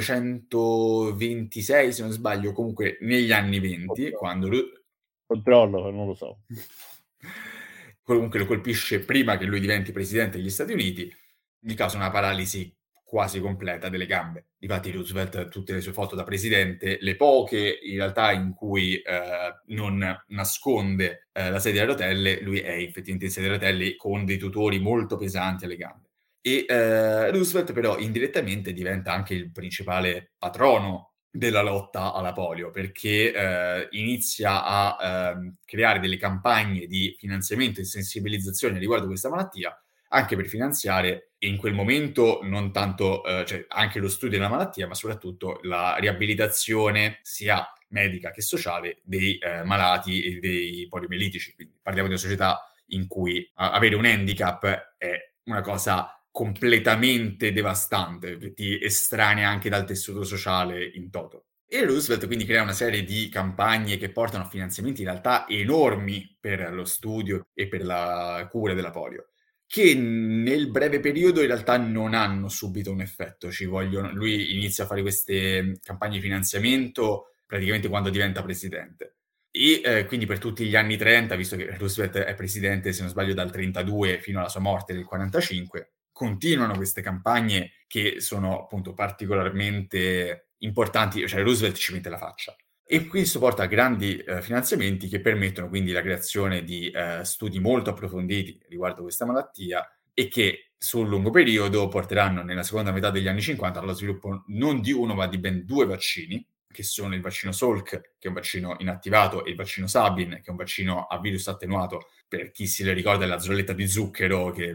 A: 1926, se non sbaglio, comunque negli anni 20, quando
B: controllo, non lo so.
A: Comunque lo colpisce prima che lui diventi presidente degli Stati Uniti, gli causa una paralisi quasi completa delle gambe. Difatti Roosevelt, tutte le sue foto da presidente, le poche in realtà in cui non nasconde la sedia a rotelle, lui è effettivamente in sedia a rotelle con dei tutori molto pesanti alle gambe. E Roosevelt però indirettamente diventa anche il principale patrono della lotta alla polio, perché inizia a creare delle campagne di finanziamento e sensibilizzazione riguardo questa malattia, anche per finanziare in quel momento non tanto cioè anche lo studio della malattia, ma soprattutto la riabilitazione sia medica che sociale dei malati e dei poliomielitici. Quindi parliamo di una società in cui avere un handicap è una cosa completamente devastante, che ti estranea anche dal tessuto sociale in toto. E Roosevelt quindi crea una serie di campagne che portano a finanziamenti in realtà enormi per lo studio e per la cura della polio, che nel breve periodo in realtà non hanno subito un effetto. Lui inizia a fare queste campagne di finanziamento praticamente quando diventa presidente. E quindi per tutti gli anni 30, visto che Roosevelt è presidente, se non sbaglio, dal 32 fino alla sua morte nel 45, continuano queste campagne che sono appunto particolarmente importanti, cioè Roosevelt ci mette la faccia. E questo porta a grandi finanziamenti che permettono quindi la creazione di studi molto approfonditi riguardo questa malattia e che sul lungo periodo porteranno nella seconda metà degli anni 50 allo sviluppo non di uno ma di ben 2 vaccini, che sono il vaccino Salk, che è un vaccino inattivato, e il vaccino Sabin, che è un vaccino a virus attenuato. Per chi se le ricorda, la zolletta di zucchero che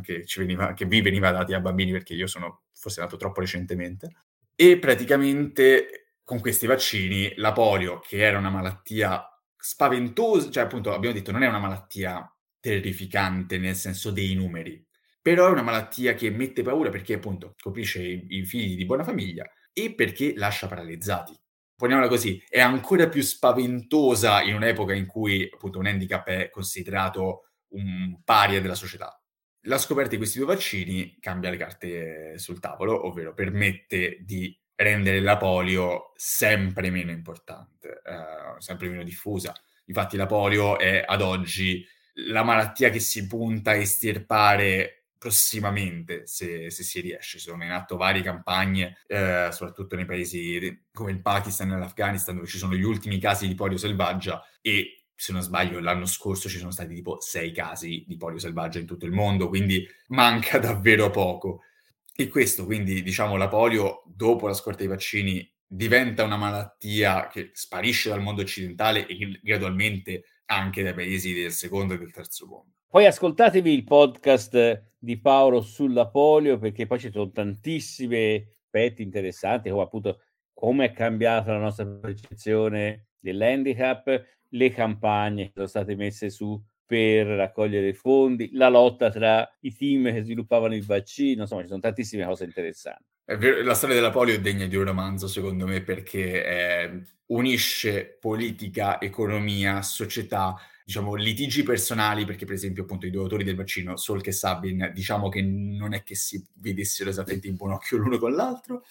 A: vi veniva dati a bambini, perché io sono forse nato troppo recentemente. E praticamente con questi vaccini la polio, che era una malattia spaventosa, cioè appunto abbiamo detto non è una malattia terrificante nel senso dei numeri, però è una malattia che mette paura perché appunto colpisce i figli di buona famiglia e perché lascia paralizzati. Poniamola così, è ancora più spaventosa in un'epoca in cui appunto un handicap è considerato un paria della società. La scoperta di questi 2 vaccini cambia le carte sul tavolo, ovvero permette di rendere la polio sempre meno importante, sempre meno diffusa. Infatti la polio è ad oggi la malattia che si punta a estirpare prossimamente, se si riesce. Sono in atto varie campagne, soprattutto nei paesi come il Pakistan e l'Afghanistan, dove ci sono gli ultimi casi di polio selvaggia e, se non sbaglio, l'anno scorso ci sono stati tipo 6 casi di polio selvaggia in tutto il mondo, quindi manca davvero poco. E questo, quindi, diciamo, la polio, dopo la scorta dei vaccini, diventa una malattia che sparisce dal mondo occidentale e gradualmente anche dai paesi del secondo e del terzo mondo.
B: Poi ascoltatevi il podcast di Paolo sulla polio, perché poi ci sono tantissimi aspetti interessanti, come appunto come è cambiata la nostra percezione dell'handicap, le campagne che sono state messe su per raccogliere fondi, la lotta tra i team che sviluppavano il vaccino, insomma ci sono tantissime cose interessanti.
A: È vero, la storia della polio è degna di un romanzo, secondo me, perché unisce politica, economia, società, diciamo, litigi personali, perché per esempio appunto i 2 autori del vaccino, Salk e Sabin, diciamo che non è che si vedessero esattamente in buon occhio l'uno con l'altro,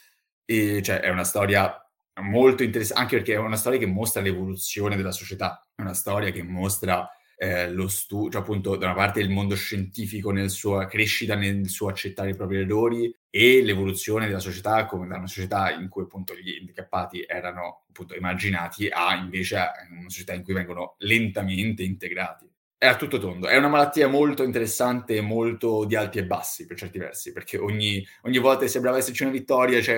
A: e cioè è una storia molto anche perché è una storia che mostra l'evoluzione della società, è una storia che mostra cioè appunto da una parte il mondo scientifico nel sua crescita, nel suo accettare i propri errori e l'evoluzione della società, come da una società in cui appunto gli handicappati erano appunto emarginati a invece una società in cui vengono lentamente integrati. È a tutto tondo, è una malattia molto interessante e molto di alti e bassi per certi versi, perché ogni volta che sembrava esserci una vittoria c'è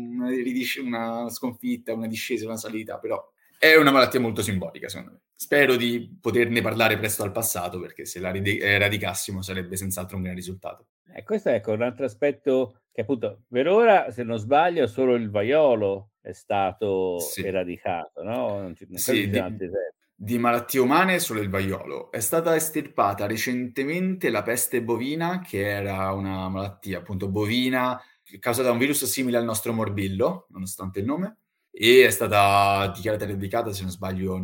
A: una sconfitta, una discesa, una salita, però è una malattia molto simbolica, secondo me. Spero di poterne parlare presto al passato, perché se la radicassimo sarebbe senz'altro un gran risultato.
B: Questo ecco un altro aspetto che appunto per ora, se non sbaglio, solo il vaiolo è stato
A: Sì.
B: eradicato, no, non credo ci
A: Sì,
B: siano altri esempi.
A: di malattie umane solo il vaiolo. È stata estirpata recentemente la peste bovina, che era una malattia appunto bovina causata da un virus simile al nostro morbillo, nonostante il nome, e è stata dichiarata eradicata, se non sbaglio,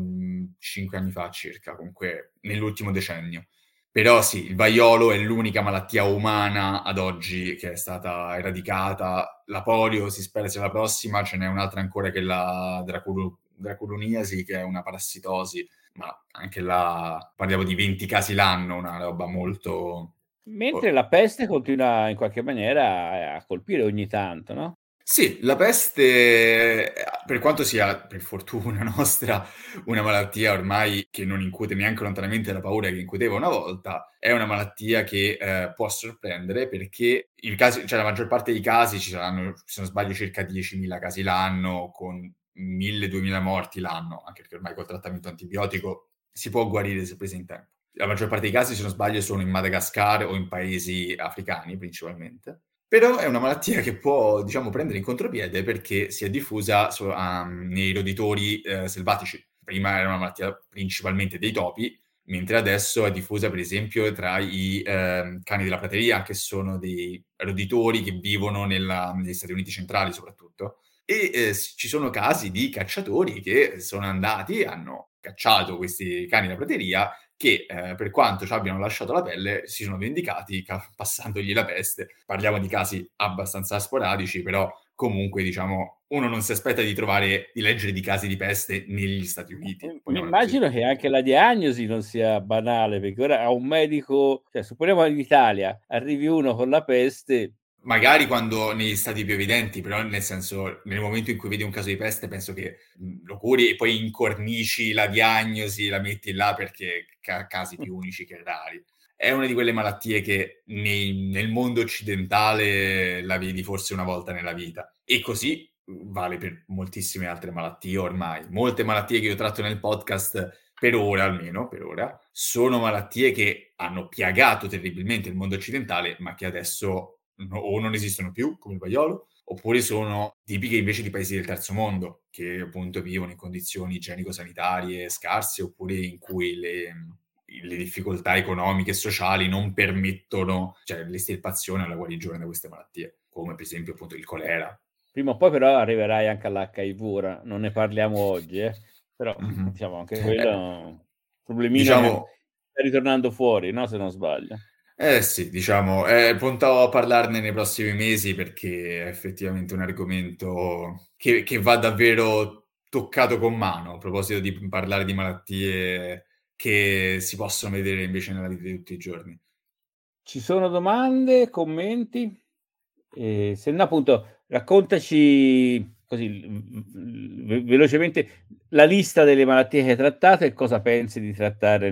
A: 5 anni fa circa, comunque nell'ultimo decennio. Però sì, il vaiolo è l'unica malattia umana ad oggi che è stata eradicata. La polio si spera sia la prossima, ce n'è un'altra ancora che è la draculoniasi, che è una parassitosi, ma anche là parliamo di 20 casi l'anno, una roba molto...
B: Mentre la peste continua in qualche maniera a colpire ogni tanto, no?
A: Sì, la peste, per quanto sia, per fortuna nostra, una malattia ormai che non incute neanche lontanamente la paura che incuteva una volta, è una malattia che può sorprendere perché cioè la maggior parte dei casi ci saranno, se non sbaglio, circa 10.000 casi l'anno, con 1.000-2.000 morti l'anno, anche perché ormai col trattamento antibiotico si può guarire se presa in tempo. La maggior parte dei casi, se non sbaglio, sono in Madagascar o in paesi africani principalmente. Però è una malattia che può, diciamo, prendere in contropiede perché si è diffusa nei roditori selvatici. Prima era una malattia principalmente dei topi, mentre adesso è diffusa, per esempio, tra i cani della prateria, che sono dei roditori che vivono negli Stati Uniti centrali soprattutto. E ci sono casi di cacciatori che sono andati e hanno cacciato questi cani della prateria che per quanto ci abbiano lasciato la pelle si sono vendicati passandogli la peste. Parliamo di casi abbastanza sporadici, però comunque diciamo uno non si aspetta di leggere di casi di peste negli Stati Uniti.
B: Mi
A: Poniamola così.
B: immagino che anche la diagnosi non sia banale, perché ora a un medico, cioè supponiamo in Italia arrivi uno con la peste.
A: Magari quando negli stati più evidenti, però nel senso, nel momento in cui vedi un caso di peste, penso che lo curi e poi incornici la diagnosi, la metti là perché casi più unici che rari. È una di quelle malattie che nel mondo occidentale la vedi forse una volta nella vita. E così vale per moltissime altre malattie ormai. Molte malattie che io tratto nel podcast, per ora almeno, per ora, sono malattie che hanno piagato terribilmente il mondo occidentale, ma che adesso o non esistono più, come il vaiolo, oppure sono tipiche invece di paesi del terzo mondo, che appunto vivono in condizioni igienico-sanitarie scarse, oppure in cui le difficoltà economiche e sociali non permettono, cioè, l'estirpazione o la guarigione da queste malattie, come per esempio appunto il colera.
B: Prima o poi però arriverai anche all'HIV, ora non ne parliamo oggi, però diciamo anche quello è un problemino che sta ritornando fuori, no, se non sbaglio.
A: Sì, diciamo, puntavo a parlarne nei prossimi mesi perché è effettivamente un argomento che va davvero toccato con mano, a proposito di parlare di malattie che si possono vedere invece nella vita di tutti i giorni.
B: Ci sono domande, commenti? Se no, appunto, raccontaci così velocemente la lista delle malattie che hai trattato e cosa pensi di trattare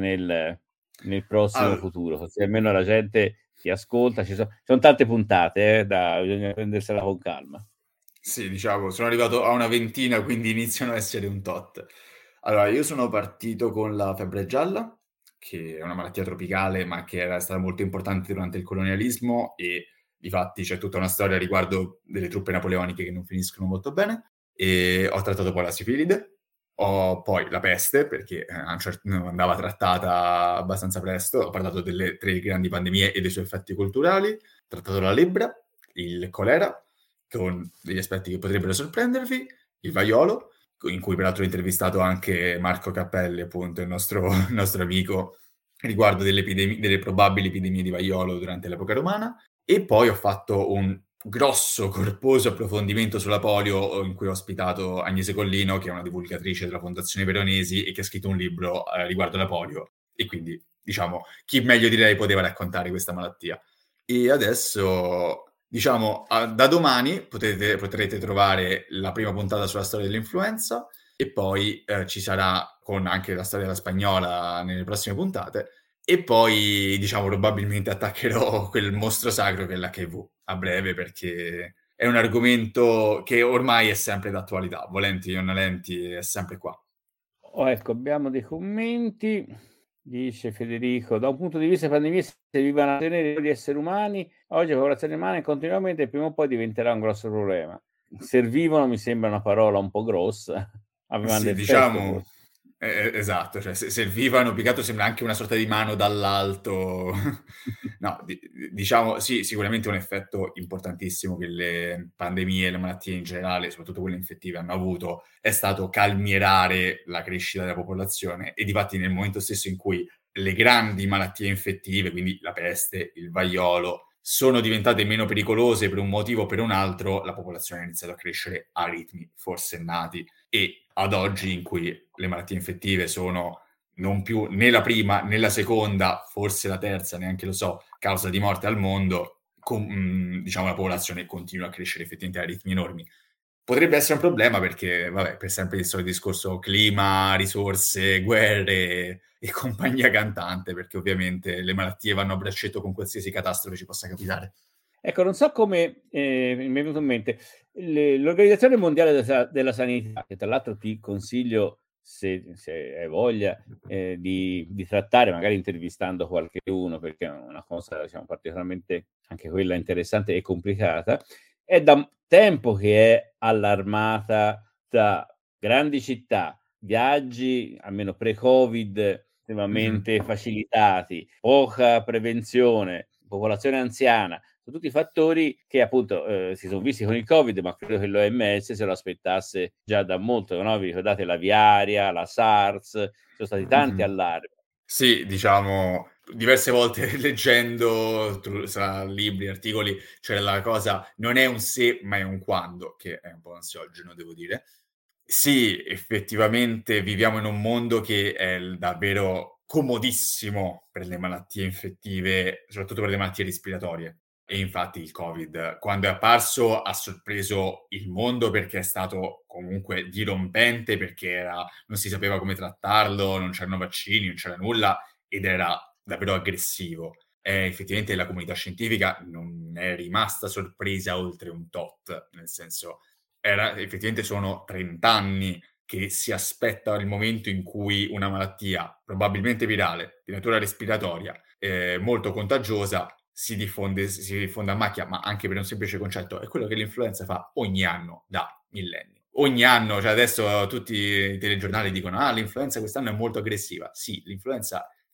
B: nel prossimo futuro, così almeno la gente ti ascolta. Ci sono tante puntate, bisogna prendersela con calma.
A: Sì, diciamo, sono arrivato a una ventina, quindi iniziano a essere un tot. Allora, io sono partito con la febbre gialla, che è una malattia tropicale, ma che era stata molto importante durante il colonialismo e difatti c'è tutta una storia riguardo delle truppe napoleoniche che non finiscono molto bene. E ho trattato poi la sifilide, ho poi la peste, perché andava trattata abbastanza presto, ho parlato delle 3 grandi pandemie e dei suoi effetti culturali, ho trattato la lebbra, il colera, con degli aspetti che potrebbero sorprendervi, il vaiolo, in cui peraltro ho intervistato anche Marco Cappelli, appunto, il nostro amico, riguardo delle probabili epidemie di vaiolo durante l'epoca romana, e poi ho fatto un grosso, corposo approfondimento sulla polio, in cui ho ospitato Agnese Collino, che è una divulgatrice della Fondazione Veronesi e che ha scritto un libro riguardo la polio, e quindi, diciamo, chi meglio di lei poteva raccontare questa malattia. E adesso, diciamo, da domani potrete trovare la prima puntata sulla storia dell'influenza e poi ci sarà con anche la storia della spagnola nelle prossime puntate e poi, diciamo, probabilmente attaccherò quel mostro sacro che è l'HIV a breve perché è un argomento che ormai è sempre d'attualità, volenti o nolenti, è sempre qua.
B: Ecco, abbiamo dei commenti. Dice Federico, da un punto di vista pandemia servivano a tenere gli esseri umani, oggi la popolazione umana continuamente e prima o poi diventerà un grosso problema. Servivano mi sembra una parola un po' grossa, avevano
A: Sì,
B: l'effetto
A: diciamo, esatto, cioè servivano, più che altro sembra anche una sorta di mano dall'alto. No, diciamo, sì, sicuramente un effetto importantissimo che le pandemie e le malattie in generale, soprattutto quelle infettive, hanno avuto, è stato calmierare la crescita della popolazione e difatti nel momento stesso in cui le grandi malattie infettive, quindi la peste, il vaiolo, sono diventate meno pericolose per un motivo o per un altro, la popolazione ha iniziato a crescere a ritmi forsennati e ad oggi in cui le malattie infettive sono non più né la prima né la seconda, forse la terza, neanche lo so, causa di morte al mondo, diciamo la popolazione continua a crescere effettivamente a ritmi enormi. Potrebbe essere un problema perché, vabbè, per sempre il solito discorso clima, risorse, guerre e compagnia cantante, perché ovviamente le malattie vanno a braccetto con qualsiasi catastrofe ci possa capitare.
B: Ecco, non so come mi è venuto in mente, l'Organizzazione Mondiale della Sanità, che tra l'altro ti consiglio, se hai voglia, di trattare, magari intervistando qualcuno, perché è una cosa, diciamo, particolarmente anche quella interessante e complicata, è da tempo che è allarmata da grandi città, viaggi, almeno pre-Covid, estremamente facilitati, poca prevenzione, popolazione anziana, sono tutti fattori che appunto si sono visti con il Covid, ma credo che l'OMS se lo aspettasse già da molto, no? Vi ricordate la viaria, la SARS, sono stati tanti allarmi.
A: Sì, diciamo, diverse volte leggendo libri, articoli, c'era la cosa, non è un se, ma è un quando, che è un po' ansiogeno, devo dire. Sì, effettivamente viviamo in un mondo che è davvero comodissimo per le malattie infettive, soprattutto per le malattie respiratorie. E infatti il Covid, quando è apparso, ha sorpreso il mondo perché è stato comunque dirompente, perché non si sapeva come trattarlo, non c'erano vaccini, non c'era nulla ed era davvero aggressivo. Effettivamente la comunità scientifica non è rimasta sorpresa oltre un tot, nel senso effettivamente sono 30 anni che si aspetta il momento in cui una malattia, probabilmente virale, di natura respiratoria, molto contagiosa, si diffonde a macchia, ma anche per un semplice concetto, è quello che l'influenza fa ogni anno da millenni. Ogni anno, cioè adesso tutti i telegiornali dicono l'influenza quest'anno è molto aggressiva. Sì, l'influenza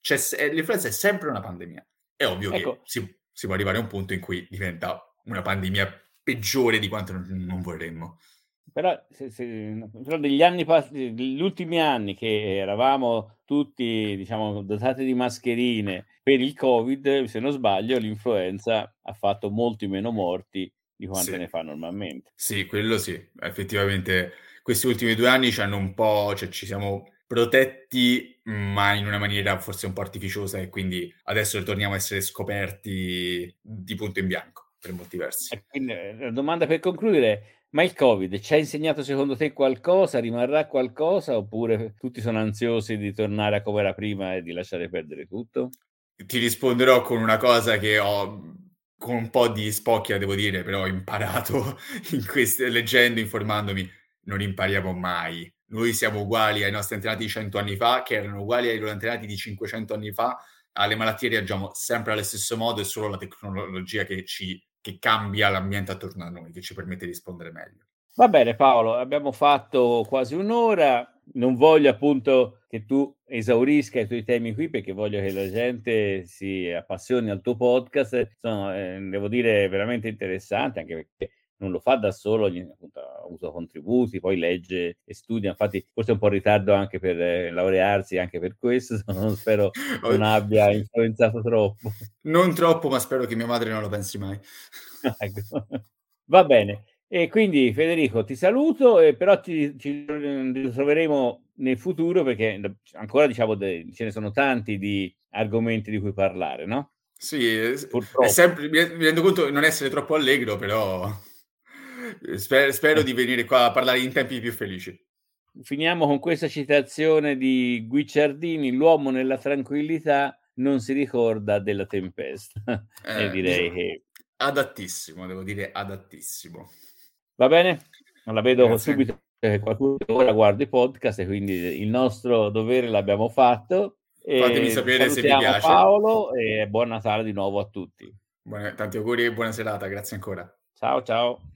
A: l'influenza è sempre una pandemia. È ovvio
B: Ecco.
A: che si può arrivare a un punto in cui diventa una pandemia peggiore di quanto non vorremmo.
B: Però però degli anni degli ultimi anni che eravamo tutti, diciamo, dotati di mascherine per il Covid, se non sbaglio l'influenza ha fatto molti meno morti di quante
A: Sì.
B: ne fa normalmente.
A: Sì, quello sì. Effettivamente questi ultimi 2 anni c'hanno un po', cioè ci siamo protetti, ma in una maniera forse un po' artificiosa, e quindi adesso torniamo a essere scoperti di punto in bianco per molti versi.
B: E quindi, la domanda per concludere: ma il Covid ci ha insegnato secondo te qualcosa? Rimarrà qualcosa? Oppure tutti sono ansiosi di tornare a come era prima e di lasciare perdere tutto?
A: Ti risponderò con una cosa che ho con un po' di spocchia devo dire, però ho imparato leggendo, informandomi: non impariamo mai. Noi siamo uguali ai nostri antenati di 100 anni fa, che erano uguali ai loro antenati di 500 anni fa. Alle malattie reagiamo sempre allo stesso modo, è solo la tecnologia che cambia l'ambiente attorno a noi, che ci permette di rispondere meglio.
B: Va bene Paolo, abbiamo fatto quasi 1 ora. Non voglio appunto che tu esaurisca i tuoi temi qui, perché voglio che la gente si appassioni al tuo podcast. Sono, devo dire veramente interessante, anche perché non lo fa da solo, appunto ha avuto contributi, poi legge e studia. Infatti forse è un po' in ritardo anche per laurearsi, anche per questo, spero non abbia influenzato troppo.
A: Non troppo, ma spero che mia madre non lo pensi mai.
B: Ecco. Va bene. E quindi Federico ti saluto, però ci ritroveremo nel futuro, perché ancora diciamo ce ne sono tanti di argomenti di cui parlare, no?
A: Sì, è
B: Purtroppo.
A: sempre mi rendo conto di non essere troppo allegro, però spero di venire qua a parlare in tempi più felici.
B: Finiamo con questa citazione di Guicciardini: "L'uomo nella tranquillità non si ricorda della tempesta." E direi
A: Diciamo
B: che
A: adattissimo, devo dire adattissimo.
B: va bene? La vedo
A: Grazie.
B: subito che qualcuno ora guarda i podcast, e quindi il nostro dovere l'abbiamo fatto.
A: Fatemi sapere se vi
B: Salutiamo
A: piace.
B: Paolo e buon Natale di nuovo a tutti.
A: Tanti auguri e buona serata, grazie ancora.
B: Ciao, ciao.